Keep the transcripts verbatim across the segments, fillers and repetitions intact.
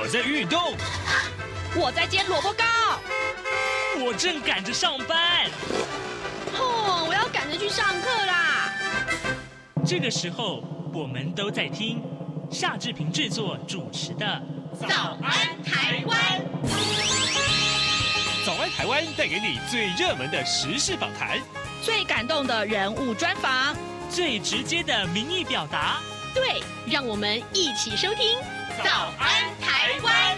我在运动， 我在煎萝卜糕， 我正赶着上班。 哦，我要赶着去上课啦。 这个时候，我们都在听夏志平制作主持的《 早安台湾》。 早安台湾带给你最热门的时事访谈， 最感动的人物专访， 最直接的民意表达。 对，让我们一起收听《早安台湾》。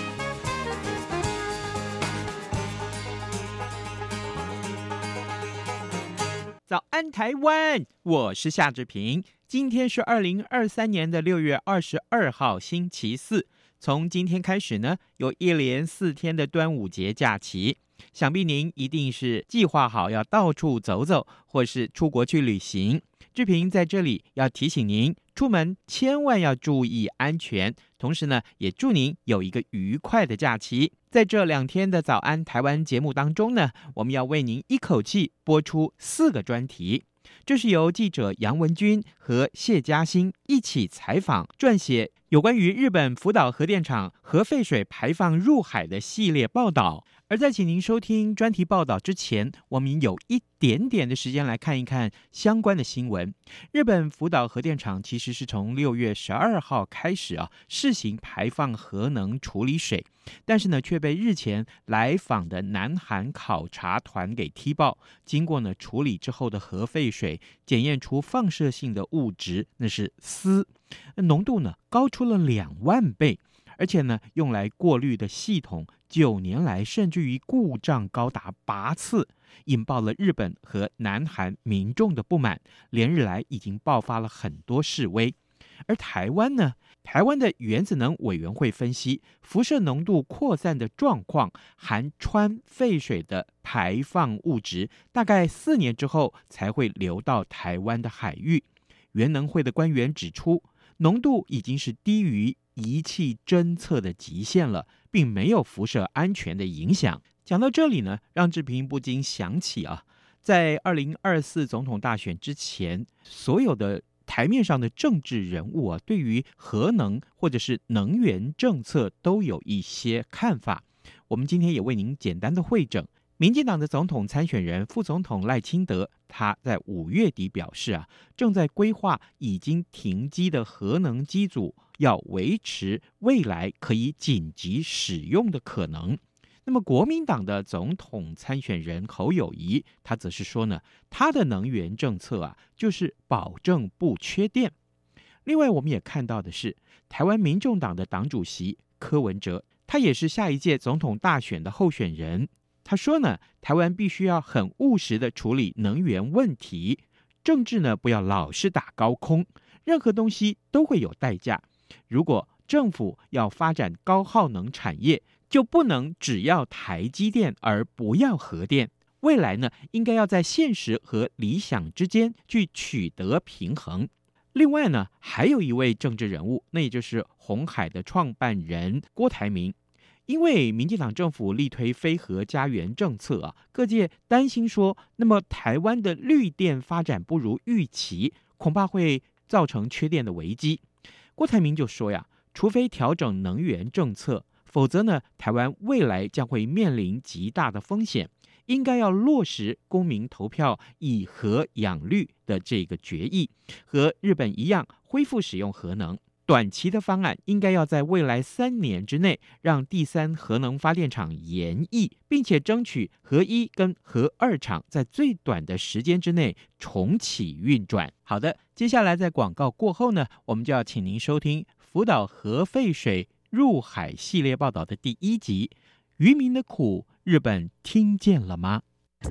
早安台湾，我是夏志平。今天是二零二三年的六月二十二号，星期四。从今天开始呢，有一连四天的端午节假期，想必您一定是计划好要到处走走，或是出国去旅行。志平在这里要提醒您，出门千万要注意安全，同时呢，也祝您有一个愉快的假期。在这两天的早安台湾节目当中呢，我们要为您一口气播出四个专题。这是由记者杨文君和谢嘉欣一起采访撰写有关于日本福岛核电厂核废水排放入海的系列报道。而在请您收听专题报道之前，我们有一点点的时间来看一看相关的新闻。日本福岛核电厂其实是从六月十二号开始啊试行排放核能处理水，但是呢却被日前来访的南韩考察团给踢爆。经过呢处理之后的核废水检验出放射性的物质，那是铯，浓度呢高出了两万倍。而且呢，用来过滤的系统九年来甚至于故障高达八次，引爆了日本和南韩民众的不满，连日来已经爆发了很多示威。而台湾呢，台湾的原子能委员会分析，辐射浓度扩散的状况，含氚废水的排放物质，大概四年之后才会流到台湾的海域。原能会的官员指出，浓度已经是低于仪器侦测的极限了，并没有辐射安全的影响。讲到这里呢，让志平不禁想起啊，在二零二四总统大选之前，所有的台面上的政治人物啊，对于核能或者是能源政策都有一些看法。我们今天也为您简单的汇整。民进党的总统参选人副总统赖清德，他在五月底表示啊，正在规划已经停机的核能机组要维持未来可以紧急使用的可能。那么国民党的总统参选人侯友宜，他则是说呢，他的能源政策啊，就是保证不缺电。另外我们也看到的是，台湾民众党的党主席柯文哲，他也是下一届总统大选的候选人。他说呢，台湾必须要很务实的处理能源问题，政治呢不要老是打高空，任何东西都会有代价。如果政府要发展高耗能产业，就不能只要台积电而不要核电。未来呢，应该要在现实和理想之间去取得平衡。另外呢，还有一位政治人物，那也就是鸿海的创办人郭台铭。因为民进党政府力推非核家园政策啊，各界担心说，那么台湾的绿电发展不如预期，恐怕会造成缺电的危机。郭台铭就说呀，除非调整能源政策，否则呢，台湾未来将会面临极大的风险。应该要落实公民投票以核养绿的这个决议，和日本一样恢复使用核能。短期的方案应该要在未来三年之内让第三核能发电厂延役，并且争取核一跟核二厂在最短的时间之内重启运转。好的，接下来在广告过后呢，我们就要请您收听福岛核废水入海系列报道的第一集，渔民的苦，日本听见了吗？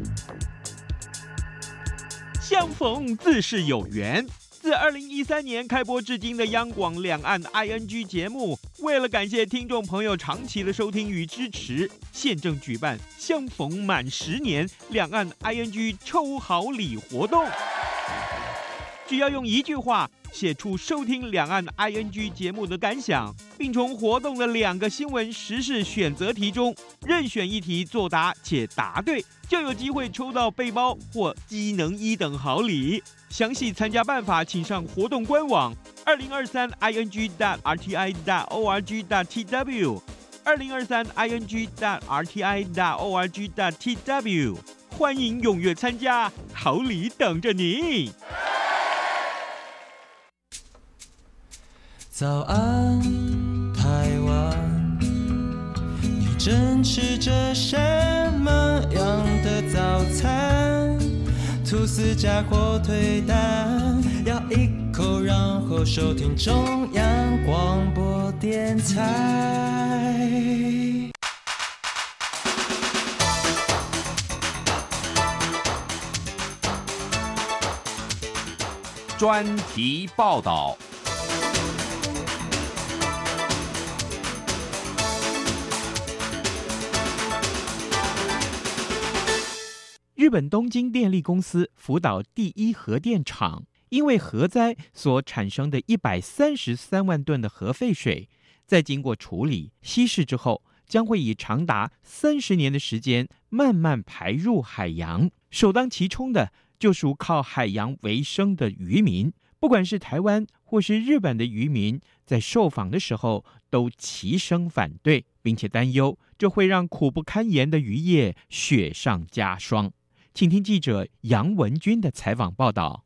相逢自是有缘。自二零一三年开播至今的央广两岸 I N G 节目，为了感谢听众朋友长期的收听与支持，现正举办相逢满十年两岸 I N G 抽好礼活动。只要用一句话写出收听两岸 I N G 节目的感想，并从活动的两个新闻时事选择题中任选一题作答且答对，就有机会抽到背包或机能一等好礼。详细参加办法请上活动官网。 二零二三 i n g 点 r t i 点 o r g 点 t w 二零二三 i n g 点 r t i 点 o r g 点 t w 欢迎踊跃参加，好礼等着你。 早安，台湾，你正吃着什么样的早餐？吐司加火腿蛋，咬一口，然后收听中央广播电台。 专题报道。 日本东京电力公司福岛第一核电厂因为核灾所产生的一百三十三万吨的核废水，在经过处理稀释之后，将会以长达三十年的时间慢慢排入海洋。首当其冲的就属靠海洋为生的渔民，不管是台湾或是日本的渔民，在受访的时候都齐声反对，并且担忧这会让苦不堪言的渔业雪上加霜。请听记者杨文君的采访报道。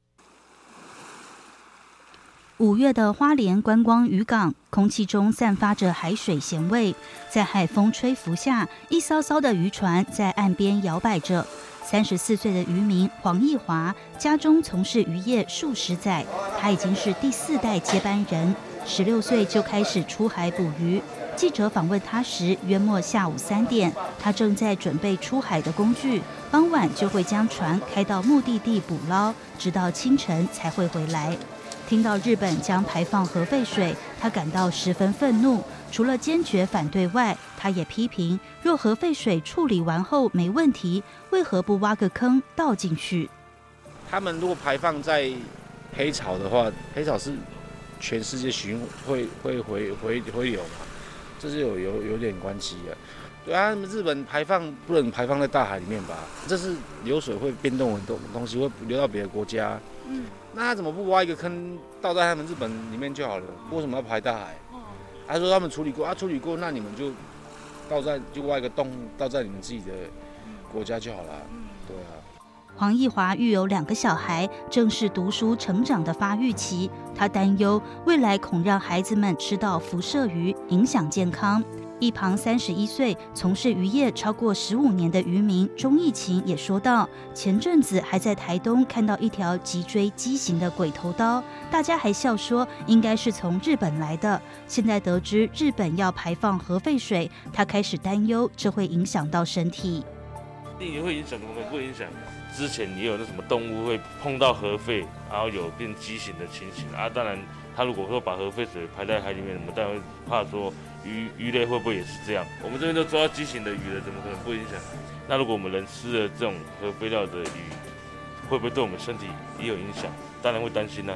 五月的花莲观光渔港，空气中散发着海水咸味，在海风吹拂下，一艘艘的渔船在岸边摇摆着。三十四岁的渔民黄义华，家中从事渔业数十载，他已经是第四代接班人，十六岁就开始出海捕鱼。记者访问他时，约莫下午三点，他正在准备出海的工具，傍晚就会将船开到目的地捕捞，直到清晨才会回来。听到日本将排放核废水，他感到十分愤怒。除了坚决反对外，他也批评，若核废水处理完后没问题，为何不挖个坑倒进去？ 他们如果排放在黑潮的话，黑潮是全世界循会会回回回流嘛，这是有有有点关系的。对啊，他们日本排放不能排放在大海里面吧？这是流水会变动很多东西，会流到别的国家。嗯，那他怎么不挖一个坑倒在他们日本里面就好了？为什么要排大海？他说他们处理过啊，处理过，那你们就倒在就挖一个洞倒在你们自己的国家就好了。对啊。 黄义华育有两个小孩，正是读书成长的发育期，他担忧未来恐让孩子们吃到辐射鱼，影响健康。一旁三十一岁从事渔业超过十五年的渔民钟义勤也说道，前阵子还在台东看到一条脊椎畸形的鬼头刀，大家还笑说应该是从日本来的。现在得知日本要排放核废水，他开始担忧这会影响到身体。 你会影响我们，会影响。之前也有那什么动物会碰到核废，然后有变畸形的情形啊。当然，他如果说把核废水排在海里面，我们当然会怕说鱼鱼类会不会也是这样？我们这边都抓到畸形的鱼了，怎么可能不影响？那如果我们人吃了这种核废料的鱼，会不会对我们身体也有影响？当然会担心啊。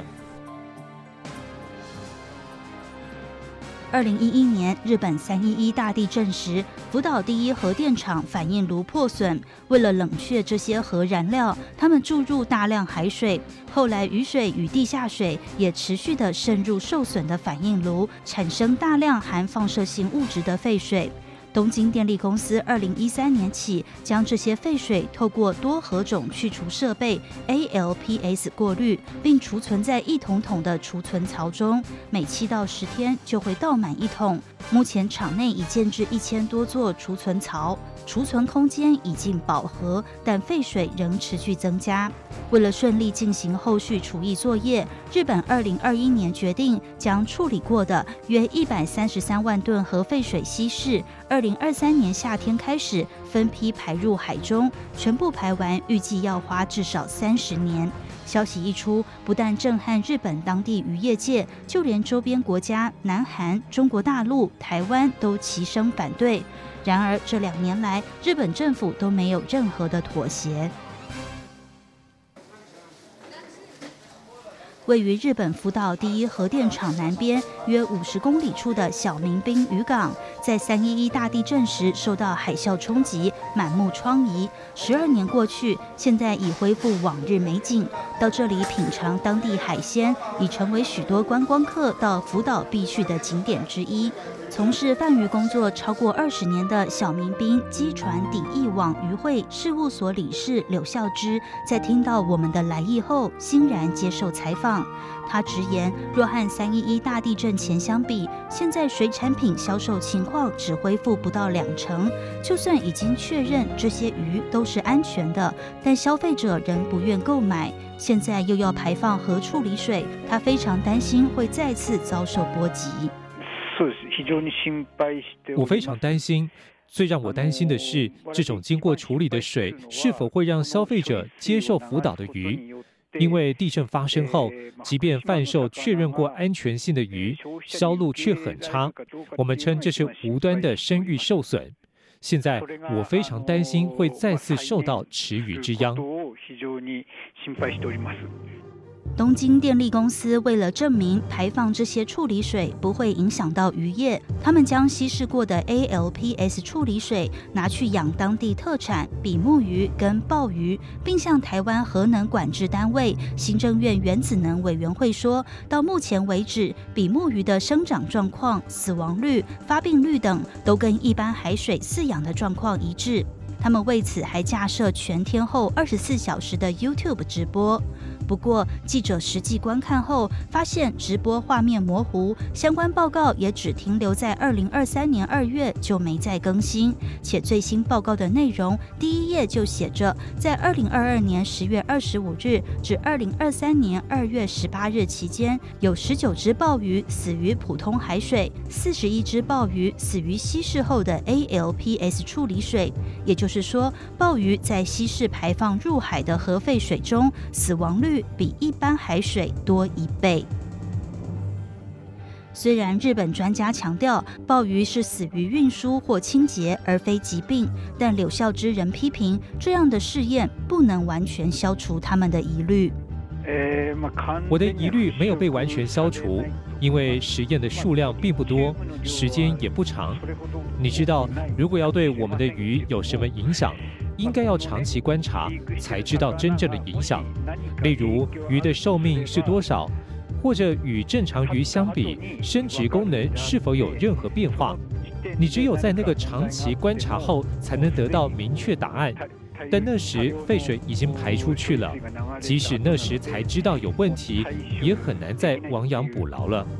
二零一一年日本三一一大地震时，福岛第一核电厂反应炉破损，为了冷却这些核燃料，他们注入大量海水。后来雨水与地下水也持续地渗入受损的反应炉，产生大量含放射性物质的废水。东京电力公司二零一三年起将这些废水透过多核种去除设备 A L P S 过滤，并储存在一桶桶的储存槽中，每七到十天就会倒满一桶。目前厂内已建置一千多座储存槽，储存空间已近饱和，但废水仍持续增加。为了顺利进行后续除役作业，日本二零二一年决定将处理过的约一百三十三万吨核废水稀释，二零二三年夏天开始分批排入海中，全部排完预计要花至少三十年。消息一出，不但震撼日本当地渔业界，就连周边国家南韩、中国大陆、台湾都齐声反对。然而这两年来，日本政府都没有任何的妥协。 位于日本福岛第一核电厂南边约五十公里处的小民兵渔港，在三一一大地震时受到海啸冲击，满目疮痍。十二年过去，现在已恢复往日美景。到这里品尝当地海鲜，已成为许多观光客到福岛必去的景点之一。从事贩渔工作超过二十年的小民兵机船抵翼网渔会事务所理事柳孝之，在听到我们的来意后，欣然接受采访。他直言，若和三一一大地震前相比，现在水产品销售情况只恢复不到两成。就算已经确认这些鱼都是安全的，但消费者仍不愿购买。现在又要排放核处理水，他非常担心会再次遭受波及。 我非常担心，最让我担心的是，这种经过处理的水是否会让消费者接受福岛的鱼。因为地震发生后，即便贩售确认过安全性的鱼，销路却很差，我们称这是无端的声誉受损。现在我非常担心会再次受到池鱼之殃。 东京电力公司为了证明排放这些处理水不会影响到渔业，他们将稀释过的 A L P S 处理水拿去养当地特产比目鱼跟鲍鱼，并向台湾核能管制单位行政院原子能委员会说，到目前为止，比目鱼的生长状况、死亡率、发病率等都跟一般海水饲养的状况一致。他们为此还架设全天候二十四小时的 YouTube 直播。不过，记者实际观看后发现直播画面模糊，相关报告也只停留在二零二三年二月就没再更新，且最新报告的内容第一页就写着，在二零二二年十月二十五日至二零二三年二月十八日期间，有十九只鲍鱼死于普通海水，四十一只鲍鱼死于稀释后的 A L P S 处理水。也就是说，鲍鱼在稀释排放入海的核废水中，死亡率比一般海水多一倍。虽然日本专家强调鲍鱼是死于运输或清洁而非疾病，但柳孝之仍批评这样的试验不能完全消除他们的疑虑。 我的疑虑没有被完全消除，因为实验的数量并不多，时间也不长。你知道，如果要对我们的鱼有什么影响，应该要长期观察才知道真正的影响。例如，鱼的寿命是多少，或者与正常鱼相比，生殖功能是否有任何变化。你只有在那个长期观察后，才能得到明确答案。但那时废水已经排出去了，即使那时才知道有问题，也很难再亡羊补牢了。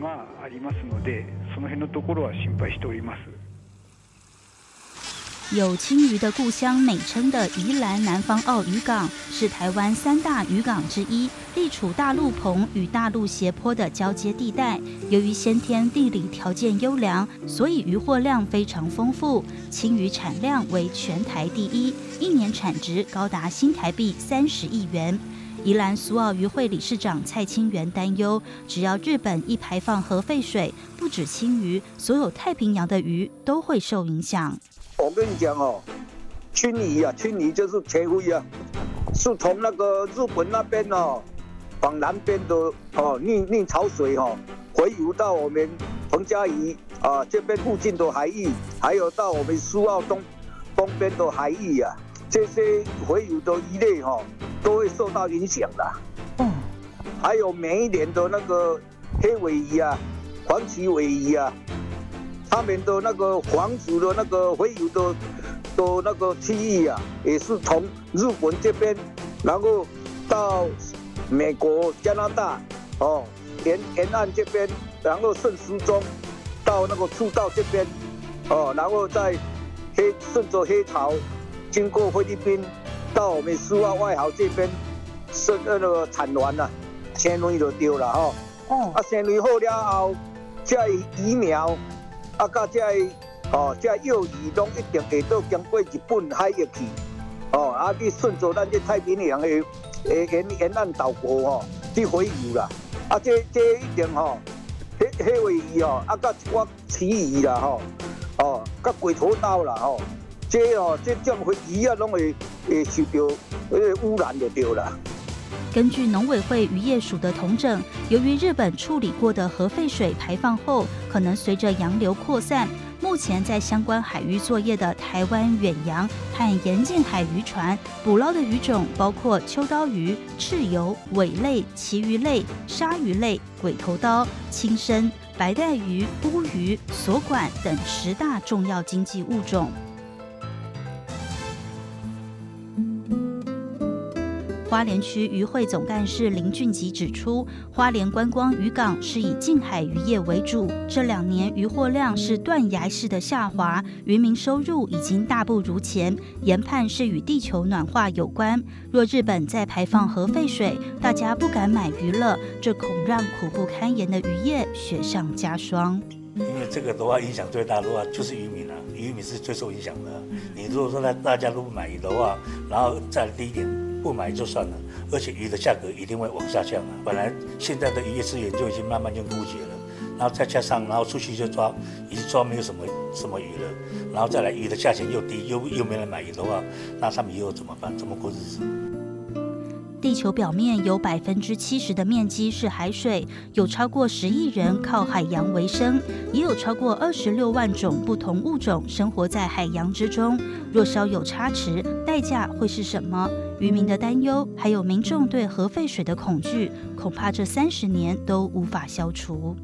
有青鱼的故乡美称的宜兰南方澳渔港是台湾三大渔港之一，地处大陆棚与大陆斜坡的交接地带。由于先天地理条件优良，所以渔获量非常丰富，青鱼产量为全台第一，一年产值高达新台币三十亿元。宜兰苏澳渔会理事长蔡清源担忧，只要日本一排放核废水，不止青鱼，所有太平洋的鱼都会受影响。 我跟你讲哦，青鱼啊，青鱼就是茄灰啊，是从那个日本那边哦，往南边的哦逆逆潮水哦，回游到我们彭佳屿啊这边附近的海域，还有到我们苏澳东东边的海域啊，这些回游的鱼类哈、哦，都会受到影响的。嗯，还有每一年的那个黑尾鱼啊、黄鳍尾鱼啊。他们的那个防止的那个洄游的的那个区域啊，也是从日本这边，然后到美国、加拿大哦沿沿岸这边，然后顺时钟到那个赤道这边哦，然后再黑顺着黑潮经过菲律宾到我们苏澳外海这边，是那个产卵啊，生卵就丢了哈。哦。啊，生卵好了后，这鱼苗。啊，甲这哦，这幼鱼拢一定会到经过日本海域去，哦，啊，去顺着咱这太平洋的诶沿沿岸岛国吼去洄游啦。啊，这这一定吼，迄迄尾鱼吼，啊，甲一寡旗鱼啦吼，哦，甲龟头刀啦吼，这哦这种鱼啊，拢会会受到迄个污染就对啦。 根据农委会渔业署的统整，由于日本处理过的核废水排放后，可能随着洋流扩散，目前在相关海域作业的台湾远洋和沿近海渔船捕捞的鱼种包括秋刀鱼、赤油、尾类、旗鱼类、鲨鱼类、鬼头刀、青身、白带鱼、乌鱼、锁管等十大重要经济物种。花莲区渔会总干事林俊吉指出，花莲观光渔港是以近海渔业为主，这两年渔获量是断崖式的下滑，渔民收入已经大不如前，研判是与地球暖化有关。若日本再排放核废水，大家不敢买鱼了，这恐让苦不堪言的渔业雪上加霜。 因为这个的话，影响最大的话就是渔民啊，渔民是最受影响的。你如果说大家都不买鱼的话，然后再第一点不买就算了，而且鱼的价格一定会往下降啊。本来现在的渔业资源就已经慢慢就枯竭了，然后再加上然后出去就抓，已经抓没有什么什么鱼了，然后再来鱼的价钱又低，又又没人买鱼的话，那他们以后怎么办？怎么过日子？ 地球表面有百分之七十的面积是海水，有超过十亿人靠海洋为生，也有超过二十六万种不同物种生活在海洋之中。若稍有差池，代价会是什么？渔民的担忧，还有民众对核废水的恐惧，恐怕这三十年都无法消除。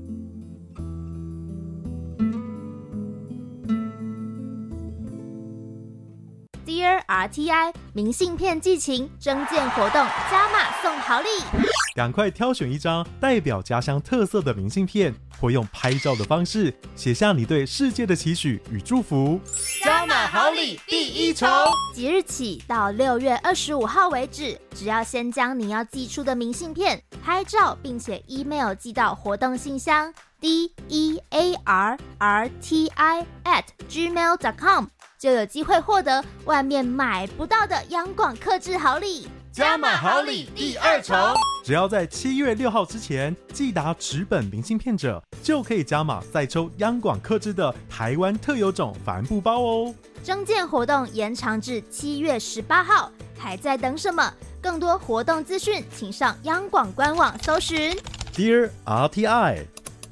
Dear R T I 明信片寄情征件活动加码送好礼， 赶快挑选一张代表家乡特色的明信片，或用拍照的方式写下你对世界的期许与祝福。 加码好礼第一重，即日起到六月二十五号为止，只要先将你要寄出的明信片拍照，并且 email 寄到活动信箱 d e a r r t i at gmail dot com， 就有机会获得外面买不到的央广客制好礼。 加码好礼第二重，只要在七月六号之前寄达纸本明信片者，就可以加码再抽央广客制的台湾特有种帆布包哦。 征件活动延长至七月十八号，还在等什么？更多活动资讯，请上央广官网搜寻 Dear R T I。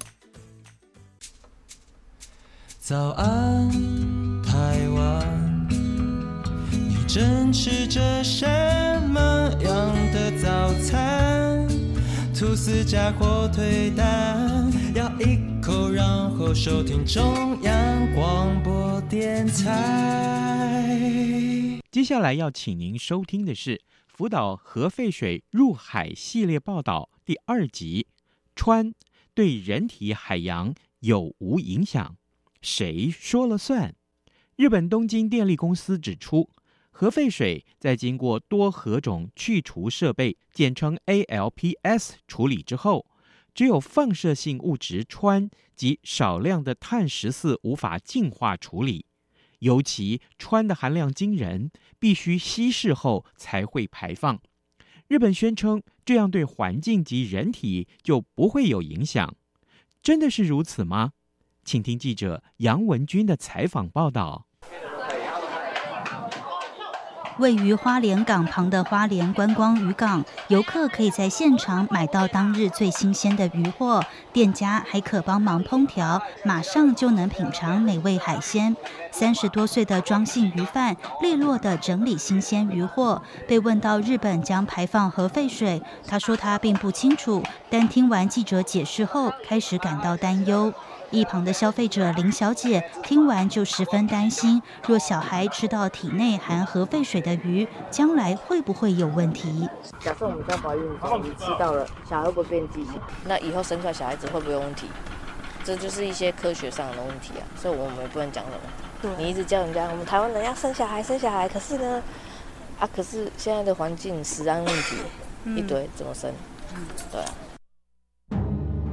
早安台湾，你正吃着什么样的早餐？吐司加火腿蛋，咬一口然后收听中央广播电台。 接下来要请您收听的是福岛核废水入海系列报道第二集，氚对人体海洋有无影响？谁说了算？日本东京电力公司指出，核废水在经过多核种去除设备简称 A L P S 处理之后，只有放射性物质氚及少量的碳十四无法净化处理，尤其氚的含量惊人，必须稀释后才会排放。日本宣称这样对环境及人体就不会有影响，真的是如此吗？请听记者杨文君的采访报道。 位于花莲港旁的花莲观光渔港，游客可以在现场买到当日最新鲜的渔获，店家还可帮忙烹调，马上就能品尝美味海鲜。三十多岁的庄姓渔贩利落地整理新鲜渔获，被问到日本将排放核废水，他说他并不清楚，但听完记者解释后，开始感到担忧。一旁的消费者林小姐听完就十分担心，若小孩吃到体内含核废水的鱼，将来会不会有问题？ 假设我们在怀孕的时候你吃到了，小孩会不会变畸形？那以后生出来小孩子会不会有问题？这就是一些科学上的问题啊，所以我们也不能讲什么。你一直叫人家我们台湾人要生小孩生小孩，可是呢，啊，可是现在的环境食安问题、嗯、一堆，怎么生？对啊。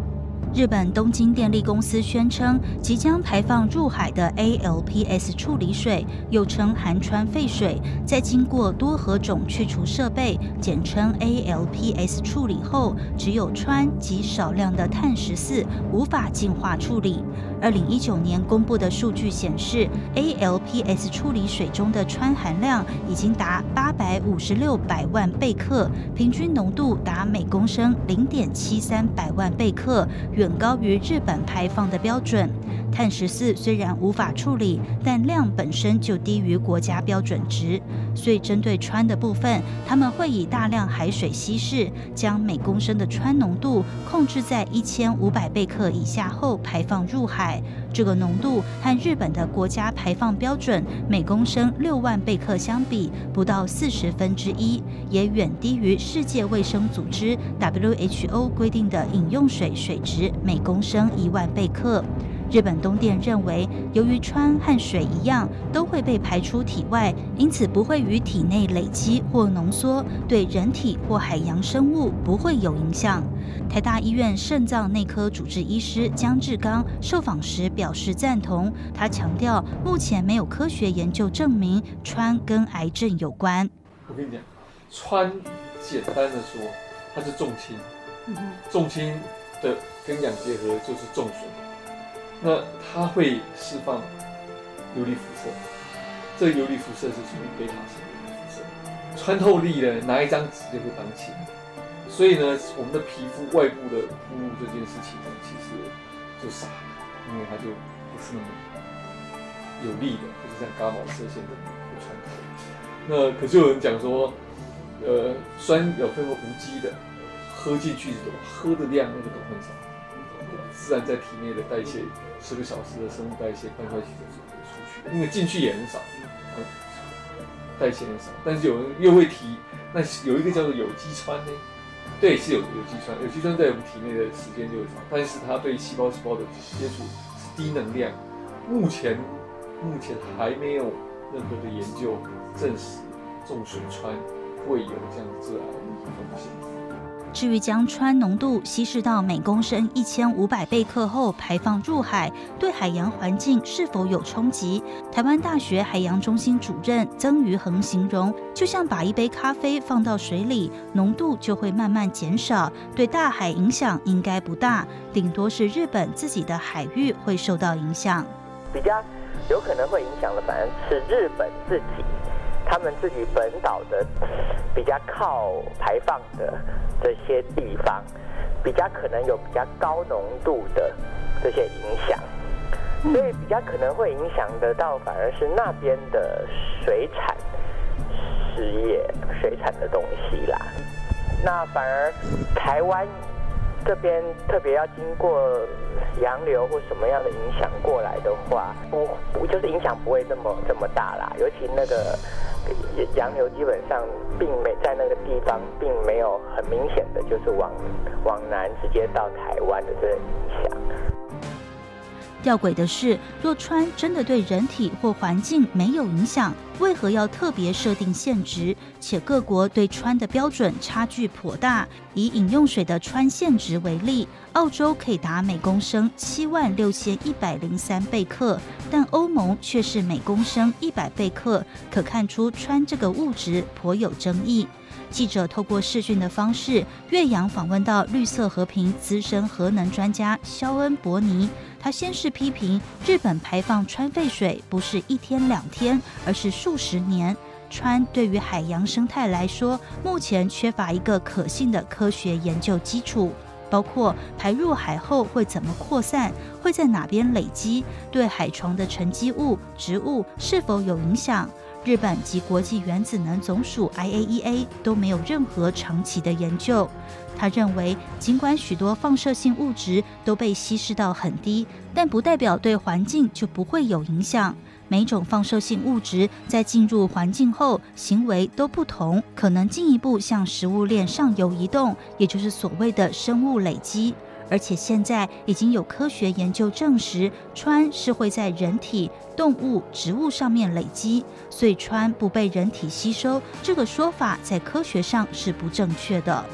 日本东京电力公司宣称，即将排放入海的 A L P S 处理水，又称含氚废水，在经过多核种去除设备（简称 A L P S 处理）后，只有氚及少量的碳十四无法净化处理。二零一九年公布的数据显示 ，A L P S 处理水中的氚含量已经达八百五十六百万贝克，平均浓度达每公升零点七三百万贝克，远高于日本排放的标准。碳十四虽然无法处理，但量本身就低于国家标准值，所以针对氚的部分，他们会以大量海水稀释，将每公升的氚浓度控制在一千五百贝克以下后排放入海。这个浓度和日本的国家排放标准每公升六万贝克相比，不到四十分之一，也远低于世界卫生组织 W H O 规定的饮用水水质每公升一万贝克。日本东电认为，由于氚和水一样都会被排出体外，因此不会于体内累积或浓缩，对人体或海洋生物不会有影响。台大医院肾脏内科主治医师江志刚受访时表示赞同，他强调，目前没有科学研究证明氚跟癌症有关。 我跟你讲，氚简单的说，它是重氢，重氢的跟氧结合就是重水。那它会释放游离辐射，这个游离辐射是属于贝塔型游离辐射。穿透力呢，拿一张纸就可以当清。所以呢，我们的皮肤外部的铺路这件事情呢，其实就傻了，因为它就不是那么有力的，不是像伽马射线的会穿透。那可是有人讲说，呃，酸有分为无机的，喝进去是多，喝的量那个都很少。自然在体内的代谢，十个小时的生物代谢，半衰期就出去，因为进去也很少，嗯，代谢很少。但是有人又会提，那有一个叫做有机氚呢，对，是有有机氚，有机氚在我们体内的时间就长，但是它对细胞细胞的接触是低能量。目前目前还没有任何的研究证实重水氚会有这样致癌的风险。 至于将氚浓度稀释到每公升一千五百贝克后排放入海，对海洋环境是否有冲击？台湾大学海洋中心主任曾于恒形容，就像把一杯咖啡放到水里，浓度就会慢慢减少，对大海影响应该不大，顶多是日本自己的海域会受到影响。 比较有可能会影响的，反而是日本自己。他们自己本岛的比较靠排放的这些地方，比较可能有比较高浓度的这些影响，所以比较可能会影响得到，反而是那边的水产事业、水产的东西啦。那反而台湾这边特别要经过洋流或什么样的影响过来的话，不不就是影响不会这么这么大啦。尤其那个洋流基本上并没在那个地方，并没有很明显的就是往往南直接到台湾的这个影响。 吊诡的是，若氚真的对人体或环境没有影响，为何要特别设定限值？且各国对氚的标准差距颇大。以饮用水的氚限值为例，澳洲可以达每公升七万六千一百零三贝克，但欧盟却是每公升一百贝克，可看出氚这个物质颇有争议。记者透过视讯的方式，岳阳访问到绿色和平资深核能专家肖恩伯尼。他先是批评日本排放氚废水不是一天两天，而是数十年。氚对于海洋生态来说，目前缺乏一个可信的科学研究基础，包括排入海后会怎么扩散，会在哪边累积，对海床的沉积物、植物是否有影响。日本及国际原子能总署 I A E A 都没有任何长期的研究。他认为，尽管许多放射性物质都被稀释到很低，但不代表对环境就不会有影响。每种放射性物质在进入环境后，行为都不同，可能进一步向食物链上游移动，也就是所谓的生物累积。而且现在已经有科学研究证实，氚是会在人体、动物、植物上面累积，所以氚不被人体吸收，这个说法在科学上是不正确的。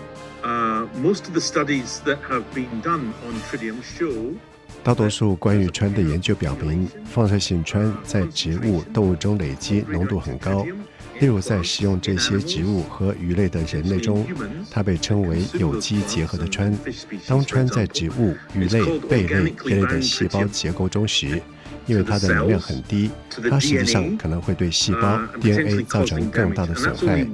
Uh, most of the studies that have been done on tritium show 大多数关于氚的研究表明，放射性氚在植物、动物中累积浓度很高。例如，在食用这些植物和鱼类的人类中，它被称为有机结合的氚。当氚在植物、鱼类、贝类这类的细胞结构中时，因为它的能量很低，它实际上可能会对细胞 D N A 造成更大的损害。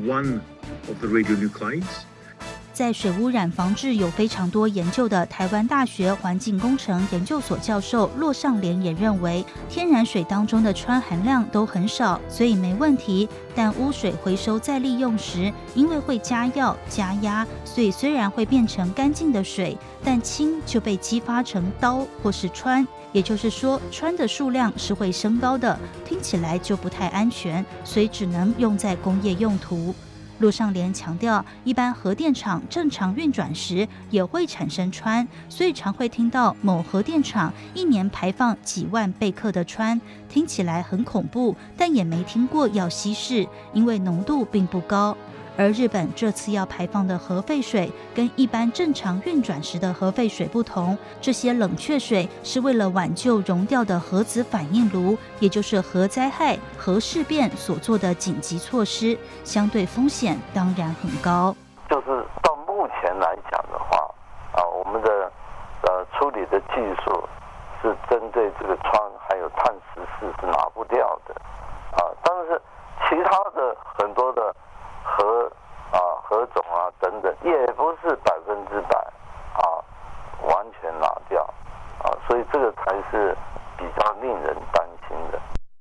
在水污染防治有非常多研究的台湾大学环境工程研究所教授骆尚廉也认为，天然水当中的氚含量都很少，所以没问题。但污水回收再利用时，因为会加药加压，所以虽然会变成干净的水，但氢就被激发成氘或是氚，也就是说氚的数量是会升高的，听起来就不太安全，所以只能用在工业用途。骆尚廉强调，一般核电厂正常运转时也会产生氚，所以常会听到某核电厂一年排放几万贝克的氚，听起来很恐怖，但也没听过要稀释，因为浓度并不高。而日本这次要排放的核废水跟一般正常运转时的核废水不同，这些冷却水是为了挽救熔掉的核子反应炉，也就是核灾害、核事变所做的紧急措施，相对风险当然很高。 就是到目前来讲的话，啊，我们的呃处理的技术是针对这个氚还有碳十四是拿不掉的，啊，但是其他的很多的核啊核种啊等等，也不是百分之百啊完全拿掉啊，所以这个才是比较令人担心的。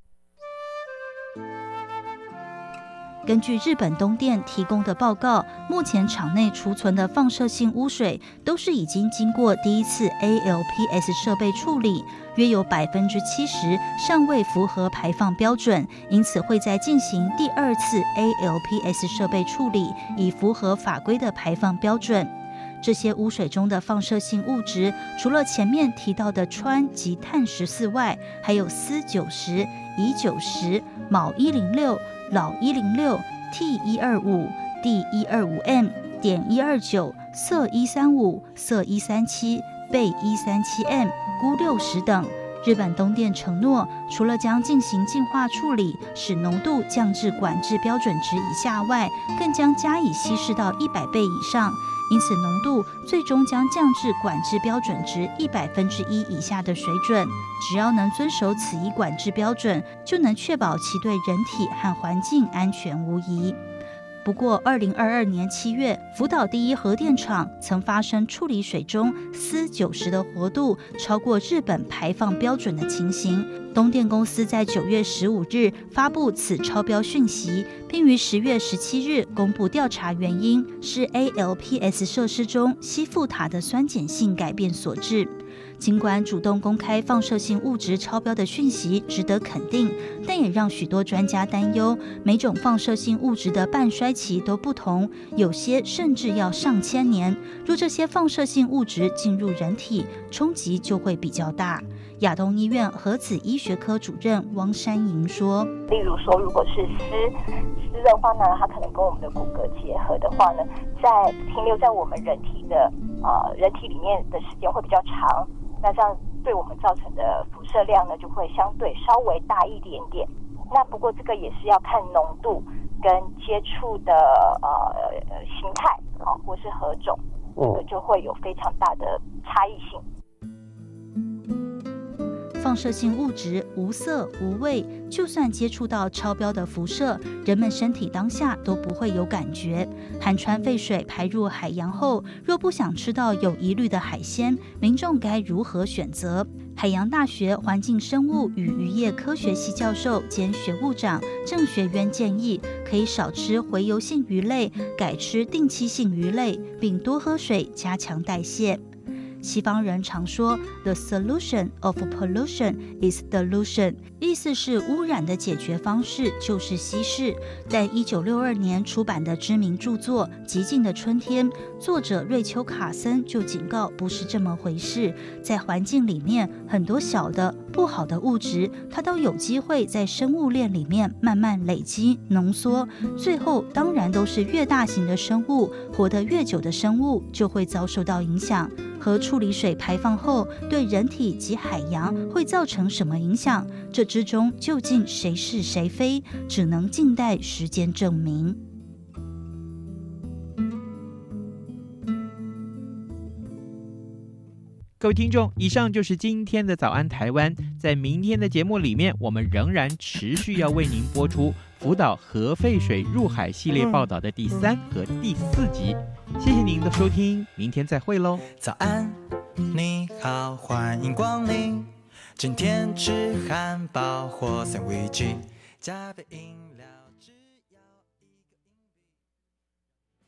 根据日本东电提供的报告，目前厂内储存的放射性污水都是已经经过第一次 A L P S 设备处理，约有 百分之七十 尚未符合排放标准，因此会再进行第二次 A L P S 设备处理，以符合法规的排放标准。这些污水中的放射性物质，除了前面提到的氚及碳十四外，还有铯九十、乙九十、铆一零六、铼一零六、T 一二五、D 一二五 M、碘一二九、铯一三五、铯一三七、钡一三七 M、钴六十等。日本东电承诺，除了将进行净化处理，使浓度降至管制标准值以下外，更将加以稀释到一百倍以上。因此，浓度最终将降至管制标准值一百分之一以下的水准。只要能遵守此一管制标准，就能确保其对人体和环境安全无疑。不过，二零二二年七月，福岛第一核电厂曾发生处理水中铯九十的活度超过日本排放标准的情形。东电公司在九月十五日发布此超标讯息，并于十月十七日公布调查原因，是 A L P S 设施中西富塔的酸碱性改变所致。尽管主动公开放射性物质超标的讯息值得肯定，但也让许多专家担忧，每种放射性物质的半衰期都不同，有些甚至要上千年。若这些放射性物质进入人体，冲击就会比较大。亚东医院核子医学科主任汪山莹说：“ 例如说，如果是铯，铯的话呢，它可能跟我们的骨骼结合的话呢，在停留在我们人体的呃人体里面的时间会比较长。”那这样对我们造成的辐射量呢，就会相对稍微大一点点。那不过这个也是要看浓度跟接触的呃形态啊，或是何种，这个就会有非常大的差异性。 放射性物质无色无味，就算接触到超标的辐射，人们身体当下都不会有感觉。含氚废水排入海洋后，若不想吃到有疑虑的海鲜，民众该如何选择？海洋大学环境生物与渔业科学系教授兼学务长郑学渊建议，可以少吃洄游性鱼类，改吃定期性鱼类，并多喝水，加强代谢。 西方人常说 The solution of pollution is dilution， 意思是污染的解决方式就是稀释。在一九六二年出版的知名著作《极静的春天》，作者瑞秋·卡森就警告不是这么回事。在环境里面，很多小的不好的物质，它都有机会在生物链里面慢慢累积浓缩，最后当然都是越大型的生物，活得越久的生物就会遭受到影响。核处理水排放后对人体及海洋会造成什么影响？这之中究竟谁是谁非，只能静待时间证明。 各位听众，以上就是今天的早安台湾。在明天的节目里面，我们仍然持续要为您播出福岛核废水入海系列报道的第三和第四集。谢谢您的收听，明天再会喽。 早安，你好，欢迎光临。今天吃汉堡或三明治，加杯饮